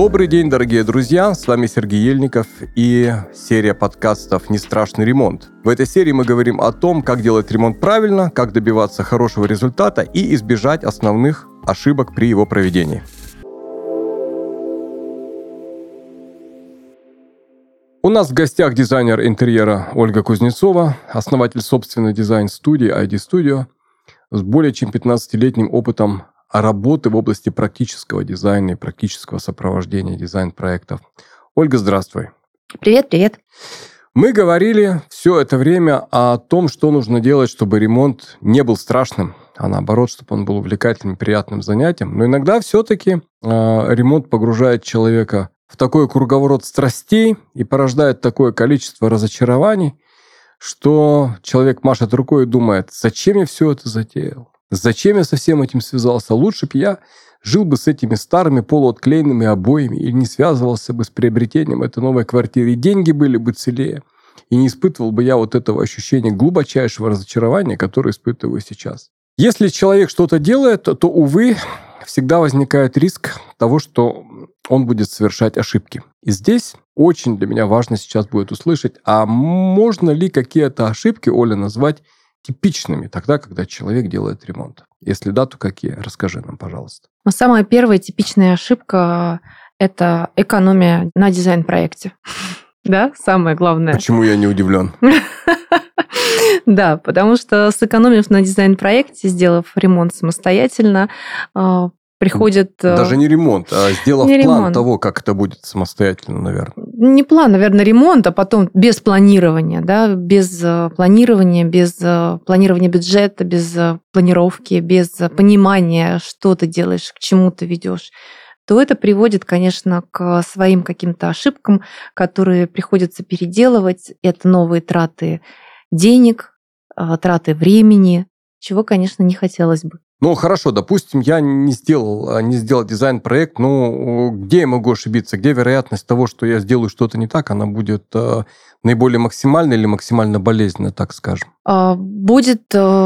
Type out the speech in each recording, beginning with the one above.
Добрый день, дорогие друзья, с вами Сергей Ельников и серия подкастов «Не страшный ремонт». В этой серии мы говорим о том, как делать ремонт правильно, как добиваться хорошего результата и избежать основных ошибок при его проведении. У нас в гостях дизайнер интерьера Ольга Кузнецова, основатель собственной дизайн-студии ID Studio с более чем 15-летним опытом работы в области практического дизайна и практического сопровождения дизайн-проектов. Ольга, здравствуй. Привет. Мы говорили все это время о том, что нужно делать, чтобы ремонт не был страшным, а наоборот, чтобы он был увлекательным, приятным занятием. Но иногда все-таки ремонт погружает человека в такой круговорот страстей и порождает такое количество разочарований, что человек машет рукой и думает, зачем я все это затеял? Зачем я со всем этим связался? Лучше бы я жил бы с этими старыми полуотклеенными обоями или не связывался бы с приобретением этой новой квартиры. И деньги были бы целее. И не испытывал бы я вот этого ощущения глубочайшего разочарования, которое испытываю сейчас. Если человек что-то делает, то, увы, всегда возникает риск того, что он будет совершать ошибки. И здесь очень для меня важно сейчас будет услышать, а можно ли какие-то ошибки, Оля, назвать типичными тогда, когда человек делает ремонт? Если да, то какие? Расскажи нам, пожалуйста. Самая первая типичная ошибка – это экономия на дизайн-проекте. Да, самое главное. Почему я не удивлен? Да, потому что сэкономив на дизайн-проекте, сделав ремонт самостоятельно, приходит... Даже не ремонт, а сделав план того, как это будет самостоятельно, наверное. Не план, наверное, ремонт, а потом без планирования, да, без планирования бюджета, без планировки, без понимания, что ты делаешь, к чему ты ведешь, то это приводит, конечно, к своим каким-то ошибкам, которые приходится переделывать. Это новые траты денег, траты времени, чего, конечно, не хотелось бы. Ну, хорошо, допустим, я не сделал дизайн-проект, где я могу ошибиться? Где вероятность того, что я сделаю что-то не так, она будет наиболее максимальной или максимально болезненной, так скажем? Будет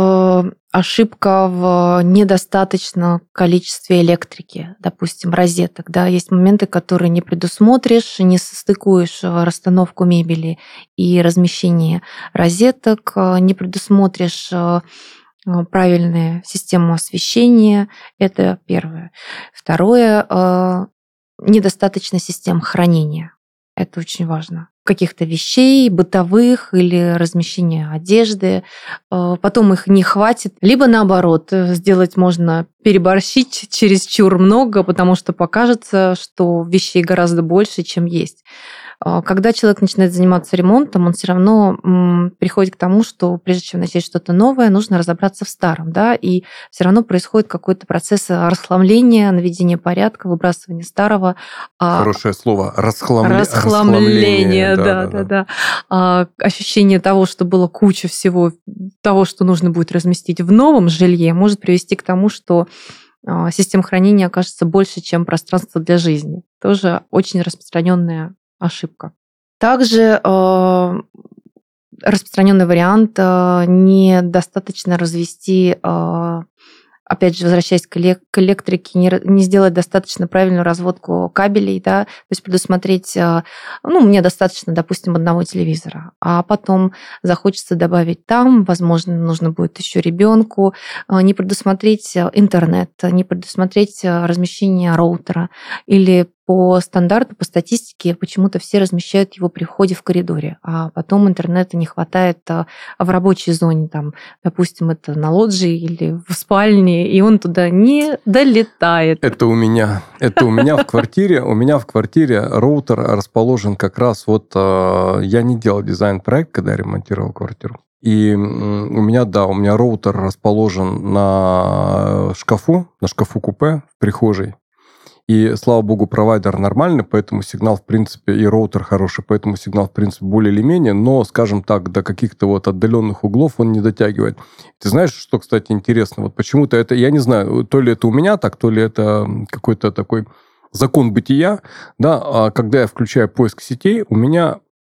ошибка в недостаточном количестве электрики, допустим, розеток. Да? Есть моменты, которые не предусмотришь, не состыкуешь расстановку мебели и размещение розеток, не предусмотришь правильную систему освещения. Это первое. Второе, недостаточно систем хранения. Это очень важно. Каких-то вещей, бытовых или размещения одежды. Потом их не хватит. Либо наоборот, сделать можно переборщить чересчур много, потому что покажется, что вещей гораздо больше, чем есть. Когда человек начинает заниматься ремонтом, он все равно приходит к тому, что прежде чем начать что-то новое, нужно разобраться в старом, да, и все равно происходит какой-то процесс расхламления, наведения порядка, выбрасывания старого. Хорошее слово. Расхламление, да. Ощущение того, что было куча всего того, что нужно будет разместить в новом жилье, может привести к тому, что система хранения окажется больше, чем пространство для жизни. Тоже очень распространенная ошибка. Также распространенный вариант недостаточно развести, опять же, возвращаясь к электрике, не сделать достаточно правильную разводку кабелей, да, то есть предусмотреть, мне достаточно, допустим, одного телевизора, а потом захочется добавить там, возможно, нужно будет еще ребенку, не предусмотреть интернет, не предусмотреть размещение роутера или по стандарту, по статистике, почему-то все размещают его при входе в коридоре, а потом интернета не хватает в рабочей зоне, там, допустим, это на лоджии или в спальне, и он туда не долетает. Это у меня в квартире. У меня в квартире роутер расположен как раз я не делал дизайн-проект, когда я ремонтировал квартиру. И у меня роутер расположен на шкафу купе в прихожей. И, слава богу, провайдер нормальный, поэтому сигнал, в принципе, и роутер хороший, поэтому сигнал, в принципе, более или менее, но, скажем так, до каких-то отдаленных углов он не дотягивает. Ты знаешь, что, кстати, интересно? Почему-то это, я не знаю, то ли это у меня так, то ли это какой-то такой закон бытия, да, когда я включаю поиск сетей, у меня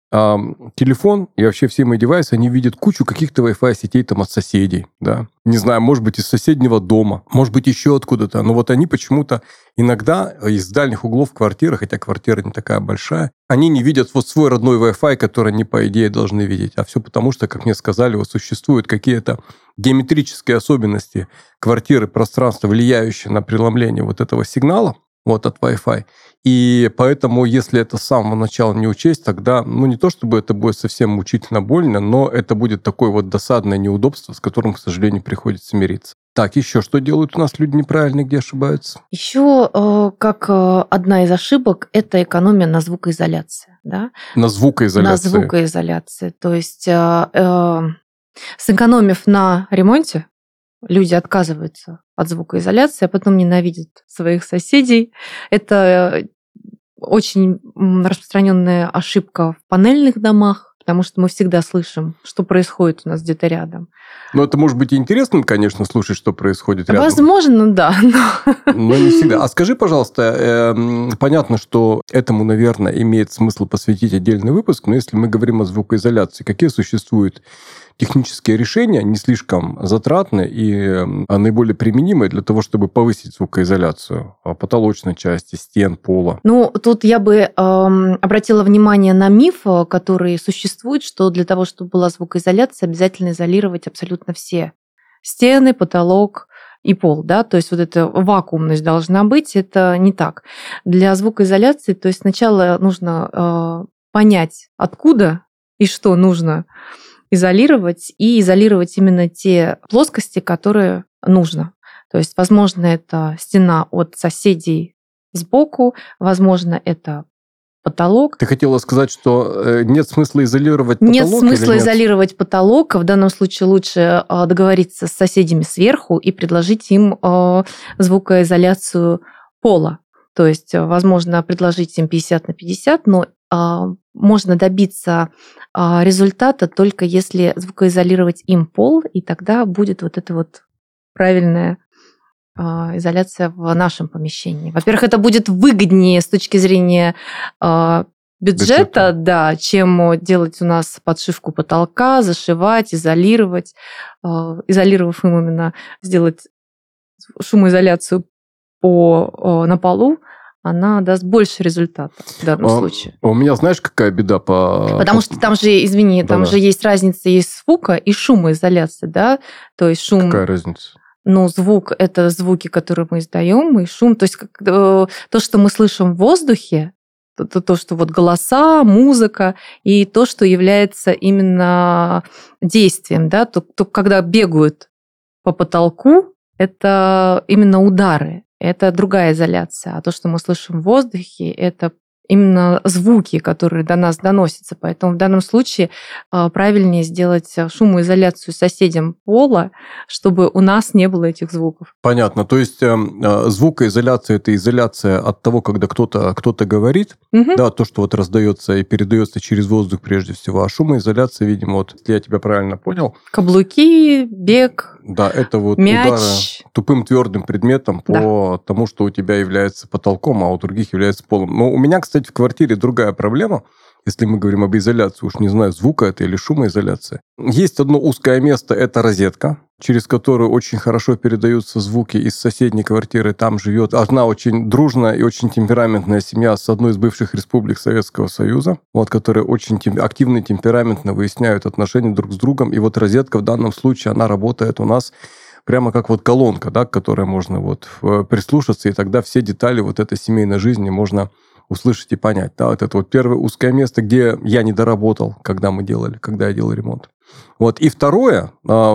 телефон и вообще все мои девайсы, они видят кучу каких-то Wi-Fi сетей там от соседей, да. Не знаю, может быть, из соседнего дома, может быть, еще откуда-то. Но вот они почему-то иногда из дальних углов квартиры, хотя квартира не такая большая, они не видят вот свой родной Wi-Fi, который они, по идее, должны видеть. А все потому, что, как мне сказали, вот существуют какие-то геометрические особенности квартиры, пространства, влияющие на преломление вот этого сигнала, вот от Wi-Fi. И поэтому, если это с самого начала не учесть, тогда, не то чтобы это будет совсем мучительно больно, но это будет такое вот досадное неудобство, с которым, к сожалению, приходится мириться. Так, еще что делают у нас люди неправильно, где ошибаются? Еще как одна из ошибок – это экономия на звукоизоляции. Да? На звукоизоляции. На звукоизоляции. То есть, сэкономив на ремонте, люди отказываются от звукоизоляции, а потом ненавидят своих соседей. Это очень распространенная ошибка в панельных домах, потому что мы всегда слышим, что происходит у нас где-то рядом. Ну, это может быть и интересным, конечно, слушать, что происходит рядом. Возможно, да. Но не всегда. А скажи, пожалуйста, понятно, что этому, наверное, имеет смысл посвятить отдельный выпуск, но если мы говорим о звукоизоляции, какие существуют технические решения, не слишком затратные и наиболее применимые для того, чтобы повысить звукоизоляцию потолочной части, стен, пола? Ну, тут я бы обратила внимание на миф, который существует, что для того, чтобы была звукоизоляция, обязательно изолировать абсолютно все стены, потолок и пол, да, то есть вот эта вакуумность должна быть, это не так. Для звукоизоляции, то есть сначала нужно понять, откуда и что нужно изолировать, и изолировать именно те плоскости, которые нужно. То есть, возможно, это стена от соседей сбоку, возможно, это потолок. Ты хотела сказать, что нет смысла изолировать потолок? Нет смысла изолировать потолок. В данном случае лучше договориться с соседями сверху и предложить им звукоизоляцию пола. То есть, возможно, предложить им 50 на 50, но можно добиться результата только если звукоизолировать им пол, и тогда будет вот эта вот правильная изоляция в нашем помещении. Во-первых, это будет выгоднее с точки зрения бюджета, да, чем делать у нас подшивку потолка, зашивать, изолировать. Изолировав им именно, сделать шумоизоляцию на полу, она даст больше результата в данном случае. У меня, знаешь, какая беда Потому что там же, извини, там же есть разница, есть звука и шумоизоляция, да? То есть шум... Какая разница? Ну, звук – это звуки, которые мы издаем, и шум. То есть то, что мы слышим в воздухе, то, что вот голоса, музыка, и то, что является именно действием, да? То когда бегают по потолку, это именно удары. Это другая изоляция. А то, что мы слышим в воздухе, это именно звуки, которые до нас доносятся. Поэтому в данном случае правильнее сделать шумоизоляцию соседям пола, чтобы у нас не было этих звуков. Понятно. То есть звукоизоляция – это изоляция от того, когда кто-то говорит, да, то, что вот раздается и передается через воздух прежде всего. А шумоизоляция, видимо, вот, если я тебя правильно понял… Каблуки, бег, да, это вот мяч. Удары тупым твердым предметом по тому, что у тебя является потолком, а у других является полом. Но у меня, кстати, в квартире другая проблема, если мы говорим об изоляции, уж не знаю, звука это или шумоизоляция. Есть одно узкое место, это розетка, через которую очень хорошо передаются звуки из соседней квартиры. Там живет одна очень дружная и очень темпераментная семья с одной из бывших республик Советского Союза, вот, которые очень активно и темпераментно выясняют отношения друг с другом. И вот розетка в данном случае, она работает у нас прямо как вот колонка, да, к которой можно вот прислушаться, и тогда все детали вот этой семейной жизни можно услышать и понять. Да, вот это вот первое узкое место, где я не доработал, когда я делал ремонт. Вот. И второе,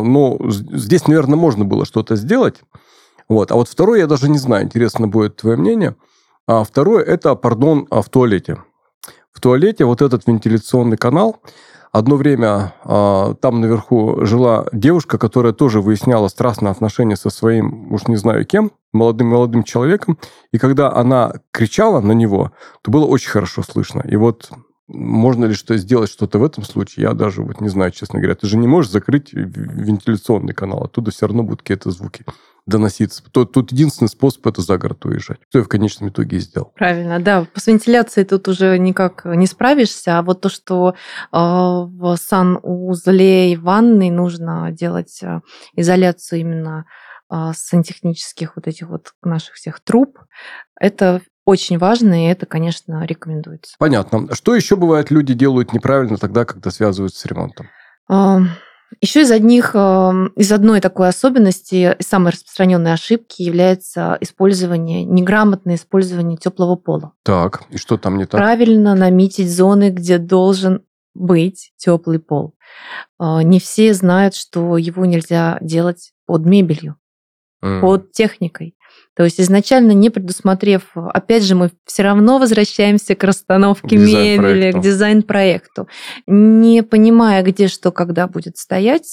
здесь, наверное, можно было что-то сделать. Вот. А вот второе, я даже не знаю, интересно будет твое мнение. Второе, это, в туалете. В туалете вот этот вентиляционный канал. Одно время там наверху жила девушка, которая тоже выясняла страстные отношения со своим, уж не знаю кем, молодым человеком. И когда она кричала на него, то было очень хорошо слышно. И вот Можно ли сделать что-то в этом случае? Я даже вот не знаю, честно говоря. Ты же не можешь закрыть вентиляционный канал, оттуда все равно будут какие-то звуки доноситься. Тут единственный способ – это за город уезжать. Что я в конечном итоге и сделал. Правильно, да. С вентиляцией тут уже никак не справишься. А вот то, что в санузле и ванной нужно делать изоляцию именно сантехнических вот этих вот наших всех труб, это очень важно, и это, конечно, рекомендуется. Понятно. Что еще бывает, люди делают неправильно тогда, когда связываются с ремонтом? Еще из одной такой особенности, самой распространенной ошибки является неграмотное использование теплого пола. Так, и что там не так? Правильно наметить зоны, где должен быть теплый пол. Не все знают, что его нельзя делать под мебелью, под техникой. То есть изначально не предусмотрев, опять же, мы все равно возвращаемся к расстановке мебели, к дизайн-проекту. Не понимая, где что, когда будет стоять,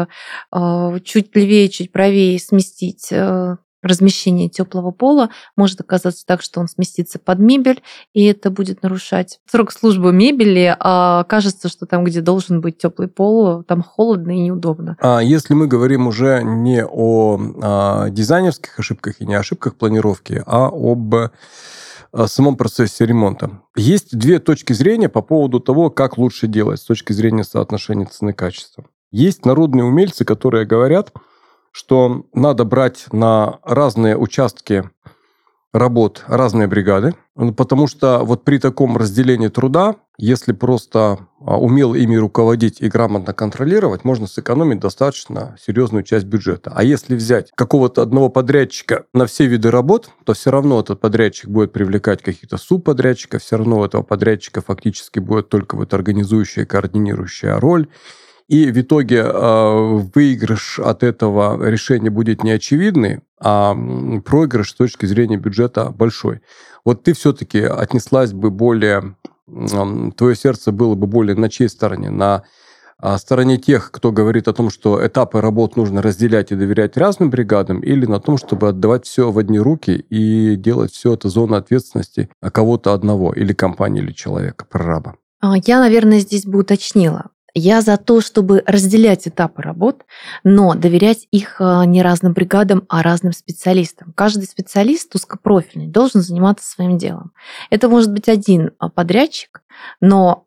чуть левее, чуть правее сместить размещение теплого пола, может оказаться так, что он сместится под мебель, и это будет нарушать срок службы мебели, а кажется, что там, где должен быть теплый пол, там холодно и неудобно. А если мы говорим уже не о дизайнерских ошибках и не ошибках планировки, а об самом процессе ремонта. Есть две точки зрения по поводу того, как лучше делать с точки зрения соотношения цены-качества. Есть народные умельцы, которые говорят, что надо брать на разные участки работ разные бригады, потому что вот при таком разделении труда, если просто умело ими руководить и грамотно контролировать, можно сэкономить достаточно серьезную часть бюджета. А если взять какого-то одного подрядчика на все виды работ, то все равно этот подрядчик будет привлекать каких-то субподрядчиков, все равно у этого подрядчика фактически будет только вот организующая, координирующая роль. И в итоге выигрыш от этого решения будет не очевидный, а проигрыш с точки зрения бюджета большой. Вот ты все-таки отнеслась бы более... Твое сердце было бы более на чьей стороне? На стороне тех, кто говорит о том, что этапы работ нужно разделять и доверять разным бригадам, или на том, чтобы отдавать все в одни руки и делать все это зоной ответственности кого-то одного, или компании, или человека, прораба? Я, наверное, здесь бы уточнила. Я за то, чтобы разделять этапы работ, но доверять их не разным бригадам, а разным специалистам. Каждый специалист узкопрофильный должен заниматься своим делом. Это может быть один подрядчик, но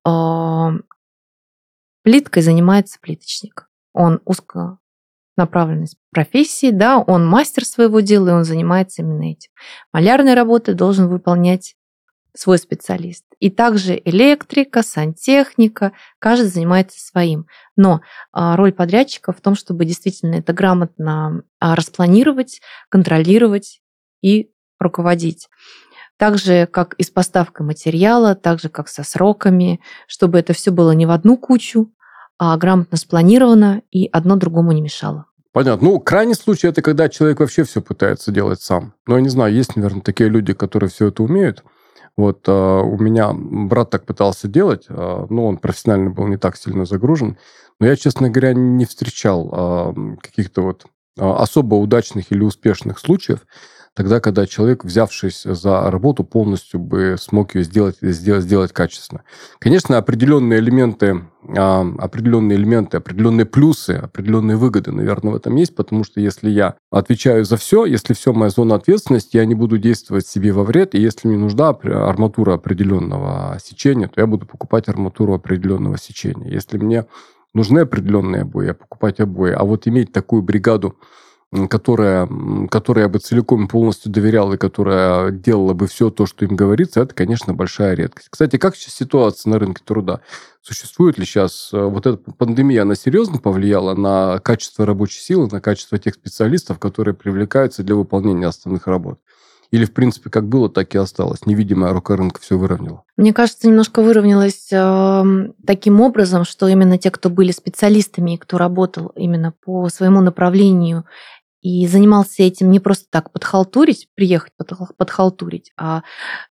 плиткой занимается плиточник. Он узконаправленный профессии, да, он мастер своего дела, и он занимается именно этим. Малярные работы должен выполнять свой специалист. И также электрика, сантехника, каждый занимается своим. Но роль подрядчика в том, чтобы действительно это грамотно распланировать, контролировать и руководить. Так же, как и с поставкой материала, так же, как со сроками, чтобы это все было не в одну кучу, а грамотно спланировано и одно другому не мешало. Понятно. Ну, крайний случай – это когда человек вообще все пытается делать сам. Но я не знаю, есть, наверное, такие люди, которые все это умеют. Вот у меня брат так пытался делать, но он профессионально был не так сильно загружен. Но я, честно говоря, не встречал каких-то вот особо удачных или успешных случаев, тогда, когда человек, взявшись за работу, полностью бы смог ее сделать качественно. Конечно, определенные элементы, определенные плюсы, определенные выгоды, наверное, в этом есть, потому что если я отвечаю за все, если все моя зона ответственности, я не буду действовать себе во вред, и если мне нужна арматура определенного сечения, то я буду покупать арматуру определенного сечения. Если мне нужны определенные обои, я покупать обои. А вот иметь такую бригаду, которая я бы целиком и полностью доверял, и которая делала бы все то, что им говорится, это, конечно, большая редкость. Кстати, как сейчас ситуация на рынке труда? Существует ли сейчас вот эта пандемия, она серьезно повлияла на качество рабочей силы, на качество тех специалистов, которые привлекаются для выполнения основных работ? Или, в принципе, как было, так и осталось? Невидимая рука рынка все выровняла? Мне кажется, немножко выровнялось таким образом, что именно те, кто были специалистами и кто работал именно по своему направлению и занимался этим не просто так подхалтурить, приехать подхалтурить, а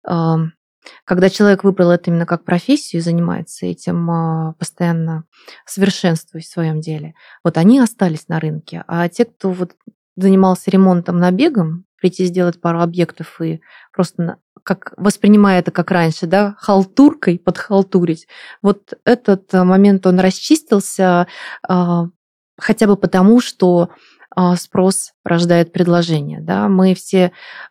когда человек выбрал это именно как профессию и занимается этим постоянно, совершенствуясь в своем деле, вот они остались на рынке. А те, кто вот занимался ремонтом набегом, прийти сделать пару объектов и просто как воспринимая это как раньше, да, халтуркой подхалтурить. Вот этот момент, он расчистился хотя бы потому, что спрос рождает предложение. Да? Мы все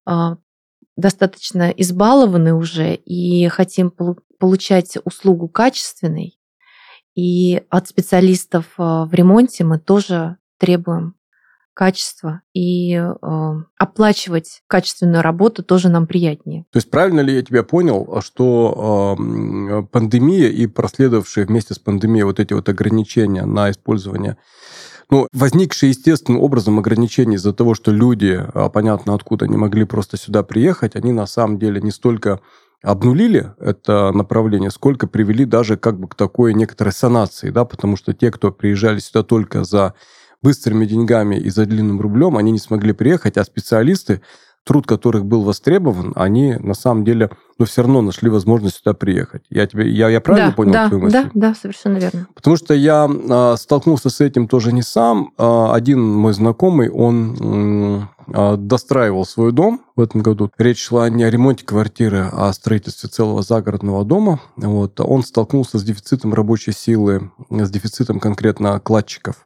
достаточно избалованы уже и хотим получать услугу качественной. И от специалистов в ремонте мы тоже требуем качества. И оплачивать качественную работу тоже нам приятнее. То есть правильно ли я тебя понял, что пандемия и проследовавшие вместе с пандемией вот эти вот ограничения на использование, возникшие естественным образом ограничения из-за того, что люди, понятно откуда, не могли просто сюда приехать, они на самом деле не столько обнулили это направление, сколько привели даже как бы к такой некоторой санации, да, потому что те, кто приезжали сюда только за быстрыми деньгами и за длинным рублем, они не смогли приехать, а специалисты, труд которых был востребован, они на самом деле, все равно нашли возможность сюда приехать. Я правильно понял твою мысль? Да, совершенно верно. Потому что я столкнулся с этим тоже не сам. Один мой знакомый, он достраивал свой дом в этом году. Речь шла не о ремонте квартиры, а о строительстве целого загородного дома. Вот. Он столкнулся с дефицитом рабочей силы, с дефицитом конкретно кладчиков,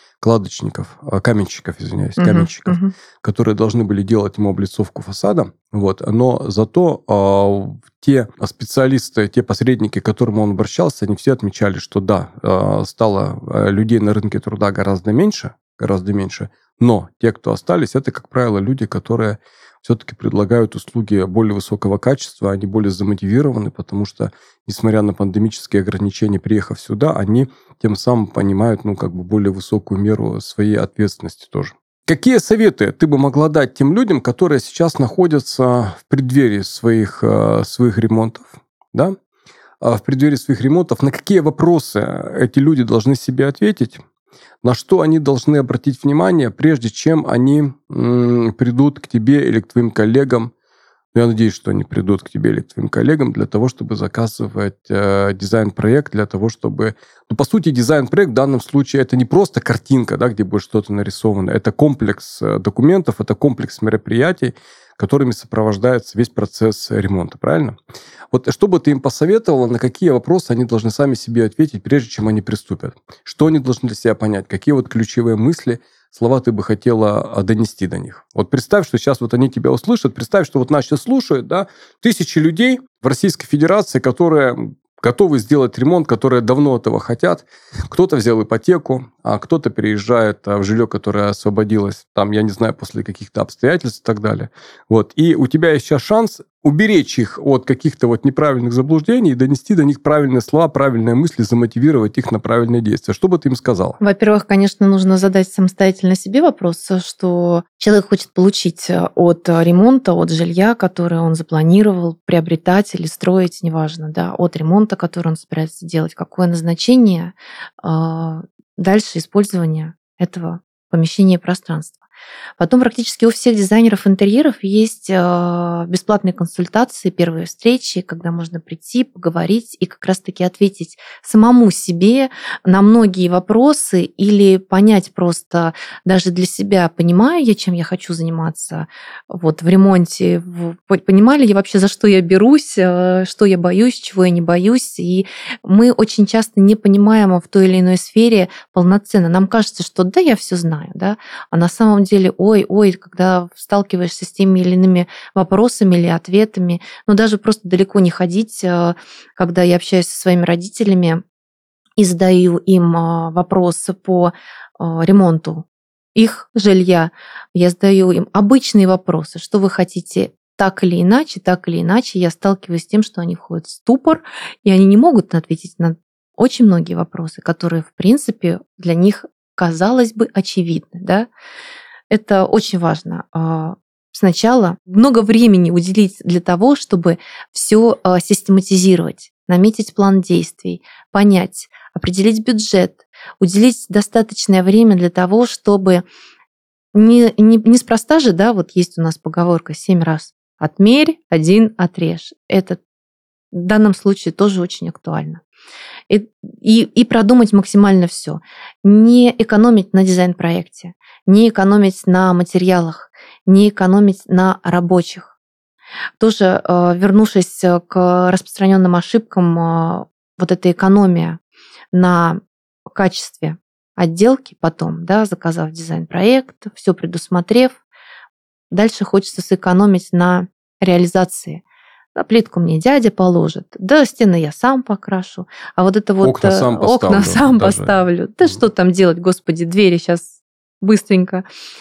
каменщиков, которые должны были делать ему облицовку фасада. Вот. Но зато те специалисты, те посредники, к которым он обращался, они все отмечали, что да, стало людей на рынке труда гораздо меньше, но те, кто остались, это, как правило, люди, которые все-таки предлагают услуги более высокого качества, они более замотивированы, потому что, несмотря на пандемические ограничения, приехав сюда, они тем самым понимают, более высокую меру своей ответственности тоже. Какие советы ты бы могла дать тем людям, которые сейчас находятся в преддверии своих ремонтов, да? В преддверии своих ремонтов, на какие вопросы эти люди должны себе ответить? На что они должны обратить внимание, прежде чем они придут к тебе или к твоим коллегам? Я надеюсь, что они придут к тебе или к твоим коллегам для того, чтобы заказывать дизайн-проект, для того, чтобы... по сути, дизайн-проект в данном случае это не просто картинка, да, где будет что-то нарисовано. Это комплекс документов, это комплекс мероприятий, которыми сопровождается весь процесс ремонта, правильно? Вот что бы ты им посоветовала, на какие вопросы они должны сами себе ответить, прежде чем они приступят? Что они должны для себя понять? Какие вот ключевые мысли, слова ты бы хотела донести до них? Вот представь, что сейчас вот они тебя услышат, представь, что вот нас сейчас слушают, да, тысячи людей в Российской Федерации, которые готовы сделать ремонт, которые давно этого хотят. Кто-то взял ипотеку, а кто-то переезжает в жилье, которое освободилось, я не знаю, после каких-то обстоятельств и так далее. Вот. И у тебя есть сейчас шанс уберечь их от каких-то неправильных заблуждений и донести до них правильные слова, правильные мысли, замотивировать их на правильные действия. Что бы ты им сказала? Во-первых, конечно, нужно задать самостоятельно себе вопрос, что человек хочет получить от ремонта, от жилья, которое он запланировал, приобретать или строить, неважно, да, от ремонта, который он собирается делать, какое назначение дальше использования этого помещения и пространства. Потом практически у всех дизайнеров интерьеров есть бесплатные консультации, первые встречи, когда можно прийти, поговорить и как раз-таки ответить самому себе на многие вопросы или понять просто даже для себя, понимаю я, чем я хочу заниматься в ремонте, понимаю ли я вообще, за что я берусь, что я боюсь, чего я не боюсь. И мы очень часто не понимаем в той или иной сфере полноценно. Нам кажется, что да, я все знаю, да, а на самом деле, когда сталкиваешься с теми или иными вопросами или ответами, даже просто далеко не ходить, когда я общаюсь со своими родителями и задаю им вопросы по ремонту их жилья, я задаю им обычные вопросы, что вы хотите так или иначе, я сталкиваюсь с тем, что они входят в ступор, и они не могут ответить на очень многие вопросы, которые, в принципе, для них, казалось бы, очевидны, да. Это очень важно. Сначала много времени уделить для того, чтобы все систематизировать, наметить план действий, понять, определить бюджет, уделить достаточное время для того, чтобы неспроста же, да, есть у нас поговорка 7 раз отмерь, 1 отрежь. Это в данном случае тоже очень актуально. И продумать максимально все. Не экономить на дизайн-проекте, не экономить на материалах, не экономить на рабочих. Тоже, вернувшись к распространенным ошибкам, вот эта экономия на качестве отделки потом, да, заказав дизайн-проект, все предусмотрев, дальше хочется сэкономить на реализации. Да, плитку мне дядя положит, да, стены я сам покрашу, а вот это вот окна сам поставлю. Да что там делать, господи, двери сейчас быстренько.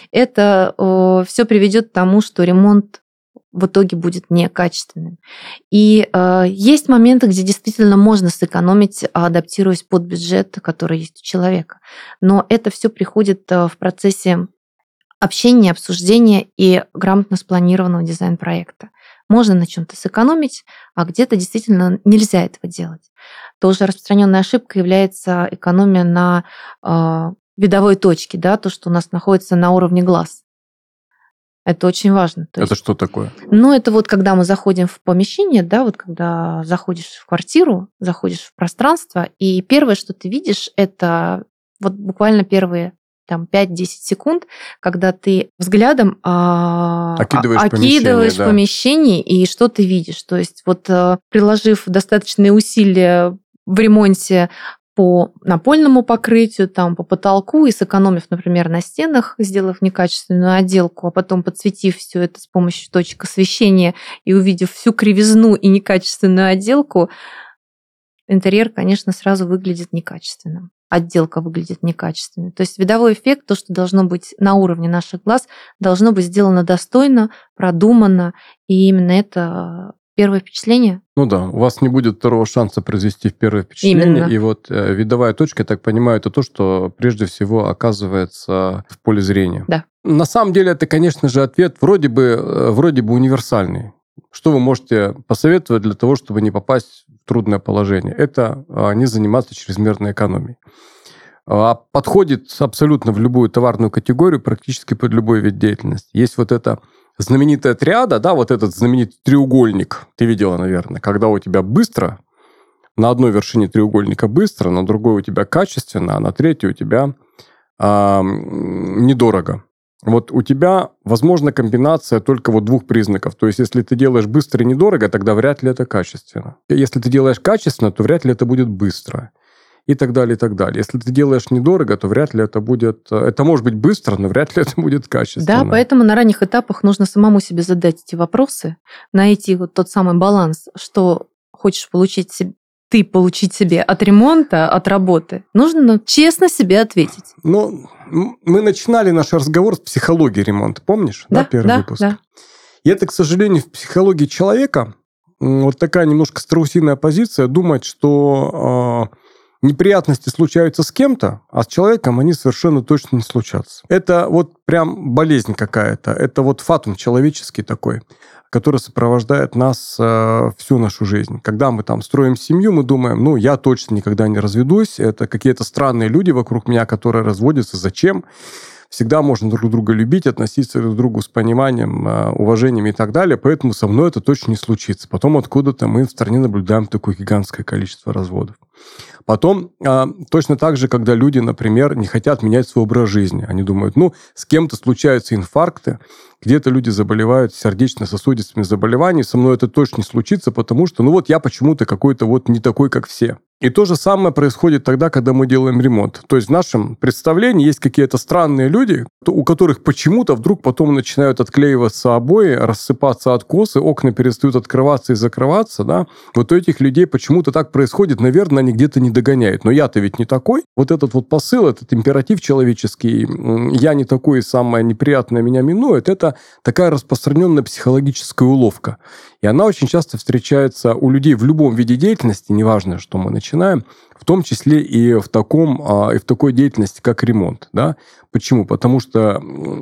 Это все приведет к тому, что ремонт в итоге будет некачественным. И есть моменты, где действительно можно сэкономить, адаптируясь под бюджет, который есть у человека. Но это все приходит в процессе общения, обсуждения и грамотно спланированного дизайн-проекта. Можно на чем-то сэкономить, а где-то действительно нельзя этого делать. Тоже распространенная ошибка является экономия на видовой точке, да, то, что у нас находится на уровне глаз. Это очень важно. Это что такое? Ну, это вот когда мы заходим в помещение, да, вот когда заходишь в квартиру, заходишь в пространство, и первое, что ты видишь, это вот буквально первые там 5-10 секунд, когда ты взглядом окидываешь помещение, и что ты видишь. То есть вот приложив достаточные усилия в ремонте по напольному покрытию, там, по потолку и сэкономив, например, на стенах, сделав некачественную отделку, а потом подсветив все это с помощью точек освещения и увидев всю кривизну и некачественную отделку, интерьер, конечно, сразу выглядит некачественным. Отделка выглядит некачественной. То есть видовой эффект, то, что должно быть на уровне наших глаз, должно быть сделано достойно, продуманно, и именно это первое впечатление. Ну да, у вас не будет второго шанса произвести первое впечатление. Именно. И вот видовая точка, я так понимаю, это то, что прежде всего оказывается в поле зрения. Да. На самом деле это, конечно же, ответ вроде бы универсальный. Что вы можете посоветовать для того, чтобы не попасть в трудное положение? Это не заниматься чрезмерной экономией. Подходит абсолютно в любую товарную категорию, практически под любой вид деятельности. Есть вот эта знаменитая триада, да, вот этот знаменитый треугольник. Ты видела, наверное, когда у тебя быстро, на одной вершине треугольника быстро, на другой у тебя качественно, а на третьей у тебя недорого. Вот у тебя, возможно, комбинация только вот двух признаков. То есть, если ты делаешь быстро и недорого, тогда вряд ли это качественно. Если ты делаешь качественно, то вряд ли это будет быстро. И так далее, и так далее. Если ты делаешь недорого, то вряд ли это будет... Это может быть быстро, но вряд ли это будет качественно. Да, поэтому на ранних этапах нужно самому себе задать эти вопросы, найти вот тот самый баланс, что хочешь получить себе от ремонта, от работы. Нужно честно себе ответить. Ну, мы начинали наш разговор с психологии ремонта, помнишь? Да, первый выпуск. Да. И это, к сожалению, в психологии человека вот такая немножко страусиная позиция, думать, что неприятности случаются с кем-то, а с человеком они совершенно точно не случатся. Это вот прям болезнь какая-то. Это вот фатум человеческий такой, который сопровождает нас всю нашу жизнь. Когда мы там строим семью, мы думаем, я точно никогда не разведусь. Это какие-то странные люди вокруг меня, которые разводятся. Зачем? Всегда можно друг друга любить, относиться друг к другу с пониманием, уважением и так далее. Поэтому со мной это точно не случится. Потом откуда-то мы в стране наблюдаем такое гигантское количество разводов. Потом точно так же, когда люди, например, не хотят менять свой образ жизни. Они думают, с кем-то случаются инфаркты, где-то люди заболевают сердечно-сосудистыми заболеваниями, со мной это точно не случится, потому что, я почему-то какой-то не такой, как все. И то же самое происходит тогда, когда мы делаем ремонт. То есть в нашем представлении есть какие-то странные люди, у которых почему-то вдруг потом начинают отклеиваться обои, рассыпаться откосы, окна перестают открываться и закрываться, да. Вот у этих людей почему-то так происходит, наверное, они где-то не догоняют. Но я-то ведь не такой. Вот этот вот посыл, этот императив человеческий, я не такой, и самое неприятное меня минует, это такая распространенная психологическая уловка. И она очень часто встречается у людей в любом виде деятельности, неважно, что мы начинаем, в том числе и в такой деятельности, как ремонт. Да? Почему? Потому что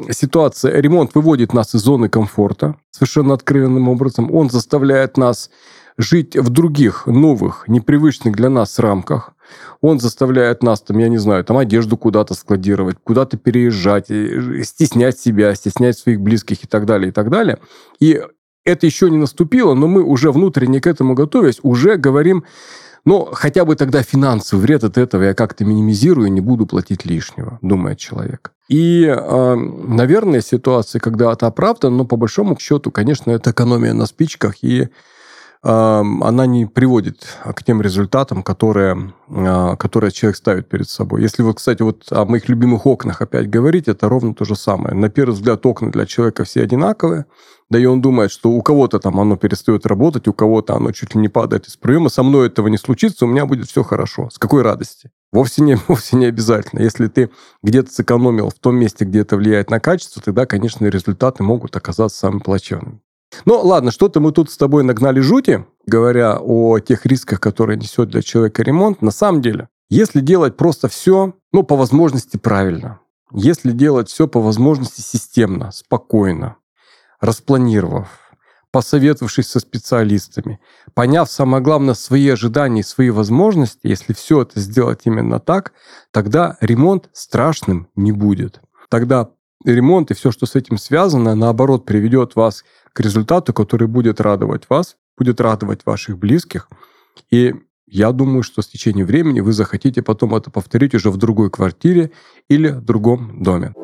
ремонт выводит нас из зоны комфорта совершенно откровенным образом. Он заставляет нас жить в других, новых, непривычных для нас рамках. Он заставляет нас, одежду куда-то складировать, куда-то переезжать, стеснять себя, стеснять своих близких и так далее, и так далее. И это еще не наступило, но мы уже внутренне к этому готовясь, уже говорим, хотя бы тогда финансовый вред от этого я как-то минимизирую и не буду платить лишнего, думает человек. И, наверное, ситуации, когда это оправдано, но по большому счету, конечно, это экономия на спичках, и она не приводит к тем результатам, которые человек ставит перед собой. Если вот, кстати, вот о моих любимых окнах опять говорить, это ровно то же самое. На первый взгляд окна для человека все одинаковые, да и он думает, что у кого-то там оно перестает работать, у кого-то оно чуть ли не падает из проема, со мной этого не случится, у меня будет все хорошо. С какой радости? Вовсе не обязательно. Если ты где-то сэкономил в том месте, где это влияет на качество, тогда, конечно, результаты могут оказаться самыми плачевными. Ну, ладно, что-то мы тут с тобой нагнали жути, говоря о тех рисках, которые несет для человека ремонт. На самом деле, если делать просто все, по возможности правильно, если делать все по возможности системно, спокойно, распланировав, посоветовавшись со специалистами, поняв, самое главное, свои ожидания и свои возможности, если все это сделать именно так, тогда ремонт страшным не будет. Тогда ремонт и все, что с этим связано, наоборот, приведет вас к результату, который будет радовать вас, будет радовать ваших близких. И я думаю, что с течением времени вы захотите потом это повторить уже в другой квартире или в другом доме.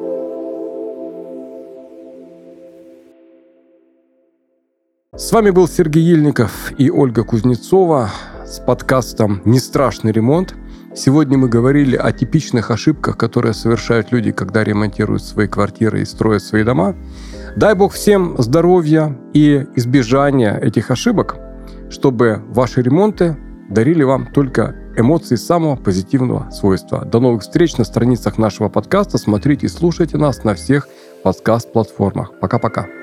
С вами был Сергей Ельников и Ольга Кузнецова с подкастом «Не страшный ремонт». Сегодня мы говорили о типичных ошибках, которые совершают люди, когда ремонтируют свои квартиры и строят свои дома. Дай Бог всем здоровья и избежания этих ошибок, чтобы ваши ремонты дарили вам только эмоции самого позитивного свойства. До новых встреч на страницах нашего подкаста. Смотрите и слушайте нас на всех подкаст-платформах. Пока-пока.